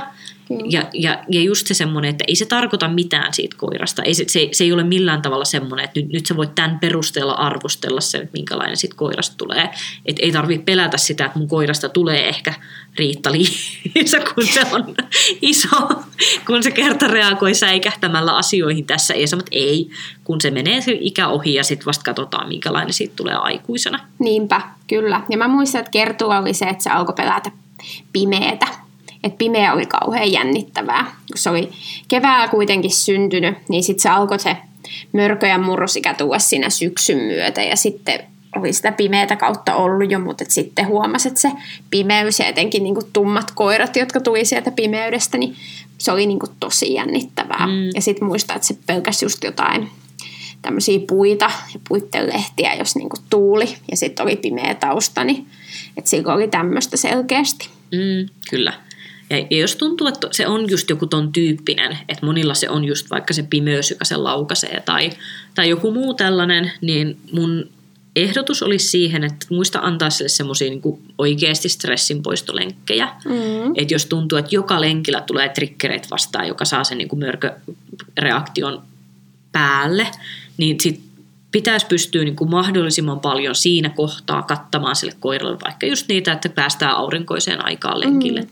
Ja just se semmoinen, että ei se tarkoita mitään siitä koirasta. Se ei ole millään tavalla semmoinen, että nyt sä voit tämän perusteella arvostella sen, että minkälainen siitä koirasta tulee. Et ei tarvitse pelätä sitä, että mun koirasta tulee ehkä Riitta-Liisa, kun se on iso, kun se kerta reagoi säikähtämällä asioihin tässä. Ja sanot ei, kun se menee se ikä ohi ja sitten vasta katsotaan, minkälainen siitä tulee aikuisena. Niinpä, kyllä. Ja mä muistan, että Kertulla oli se, että se alkoi pelätä pimeätä. Että pimeä oli kauhean jännittävää. Kun se oli keväällä kuitenkin syntynyt, niin sitten se alkoi se mörkö ja murrosikä tulla siinä syksyn myötä. Ja sitten oli sitä pimeätä kautta ollut jo, mutta sitten huomasi, että se pimeys ja etenkin tummat koirat, jotka tuli sieltä pimeydestä, niin se oli tosi jännittävää. Ja sitten muistaa, että se pelkäsi just jotain tämmöisiä puita ja puitten lehtiä, jos tuuli ja sitten oli pimeä tausta, niin että sillä oli tämmöistä selkeästi. Kyllä. Ja jos tuntuu, että se on just joku ton tyyppinen, että monilla se on just vaikka se pimeys, joka se laukaisee tai joku muu tällainen, niin mun ehdotus olisi siihen, että muista antaa sille semmoisia oikeasti stressinpoistolenkkejä. Että jos tuntuu, että joka lenkillä tulee triggereitä vastaan, joka saa sen mörköreaktion päälle, niin sit pitäisi pystyä mahdollisimman paljon siinä kohtaa kattamaan sille koiralle vaikka just niitä, että päästään aurinkoiseen aikaan lenkille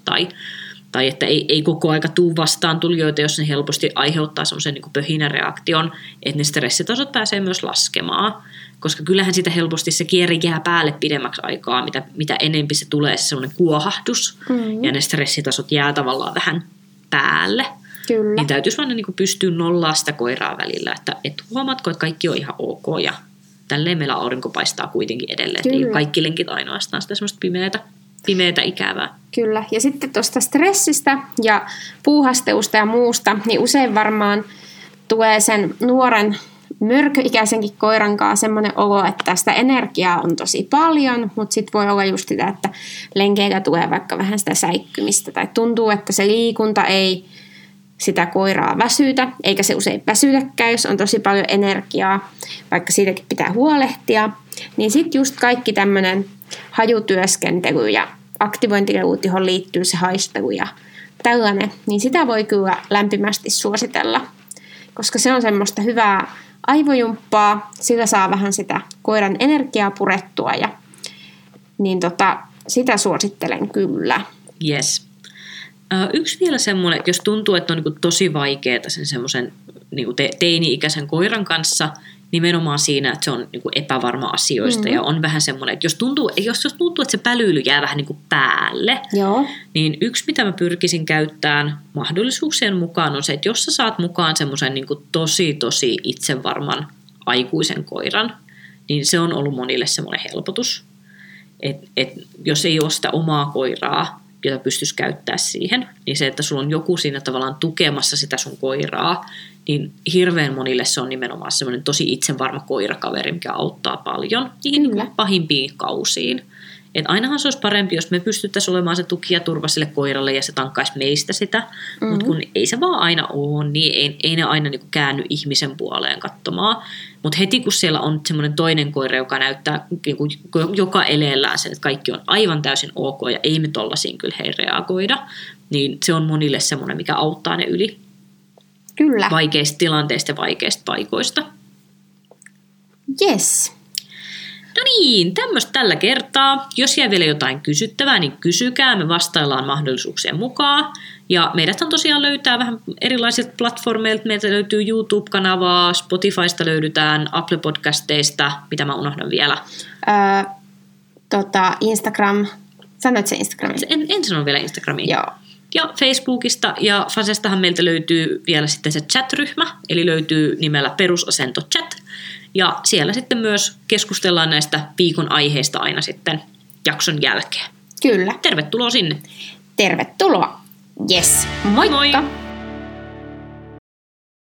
tai että ei koko aika tuu vastaan tulijoita, jos ne helposti aiheuttaa semmoisen pöhinäreaktion, että ne stressitasot pääsee myös laskemaan, koska kyllähän sitä helposti se kierre jää päälle pidemmäksi aikaa, mitä enempi se tulee se semmoinen kuohahdus ja ne stressitasot jää tavallaan vähän päälle. Kyllä. Niin täytyisi vaan pystyä nollaa sitä koiraa välillä, että huomaatko, että kaikki on ihan ok ja tälleen meillä aurinko paistaa kuitenkin edelleen, että ei ole kaikki lenkit ainoastaan sitä semmoista pimeätä ikävää. Kyllä, ja sitten tuosta stressistä ja puuhasteusta ja muusta, niin usein varmaan tulee sen nuoren mörköikäisenkin koiran kanssa semmoinen olo, että sitä energiaa on tosi paljon, mutta sitten voi olla just sitä, että lenkeillä tulee vaikka vähän sitä säikkymistä tai tuntuu, että se liikunta ei sitä koiraa väsytä, eikä se usein väsytäkään, jos on tosi paljon energiaa, vaikka siitäkin pitää huolehtia. Niin sitten just kaikki tämmöinen hajutyöskentely ja aktivointilelut, johon liittyy se haistelu ja tällainen, niin sitä voi kyllä lämpimästi suositella, koska se on semmoista hyvää aivojumppaa, sillä saa vähän sitä koiran energiaa purettua ja niin sitä suosittelen kyllä. Yes. Yksi vielä semmoinen, että jos tuntuu, että on niin tosi vaikeaa sen semmoisen niin teini-ikäisen koiran kanssa, nimenomaan siinä, että se on niin epävarma asioista ja on vähän semmoinen, että jos tuntuu, että se pälyily jää vähän niin päälle, Joo. niin yksi, mitä mä pyrkisin käyttämään mahdollisuuksien mukaan on se, että jos sä saat mukaan semmoisen niin tosi itsevarman aikuisen koiran, niin se on ollut monille semmoinen helpotus. Et jos ei ole sitä omaa koiraa, jota pystyisi käyttämään siihen, niin se, että sulla on joku siinä tavallaan tukemassa sitä sun koiraa, niin hirveän monille se on nimenomaan semmoinen tosi itsevarma koirakaveri, mikä auttaa paljon niihin niin pahimpiin kausiin. Et ainahan se olisi parempi, jos me pystyttäisiin olemaan se tuki ja turva sille koiralle ja se tankkaisi meistä sitä, mutta kun ei se vaan aina ole, niin ei ne aina niin käänny ihmisen puoleen katsomaan. Mutta heti kun siellä on semmoinen toinen koira, joka näyttää joka eleellään sen, että kaikki on aivan täysin ok ja ei me tollaisiin kyllä reagoida, niin se on monille semmoinen, mikä auttaa ne yli Kyllä. vaikeista tilanteista ja vaikeista paikoista. Yes. No niin, tämmöistä tällä kertaa. Jos jää vielä jotain kysyttävää, niin kysykää. Me vastaillaan mahdollisuuksien mukaan. Ja meidäthän tosiaan löytää vähän erilaisilta platformeilta. Meiltä löytyy YouTube-kanavaa, Spotifysta löydetään, Apple Podcasteista. Mitä mä unohdan vielä? Instagram. Sanoit se Instagramin? En sano vielä Instagramiin. Joo. Ja Facebookista ja Fasestahan meiltä löytyy vielä sitten se chat-ryhmä, eli löytyy nimellä Perusasento Chat. Ja siellä sitten myös keskustellaan näistä viikon aiheista aina sitten jakson jälkeen. Kyllä. Tervetuloa sinne. Tervetuloa. Yes. Moikka! Moi!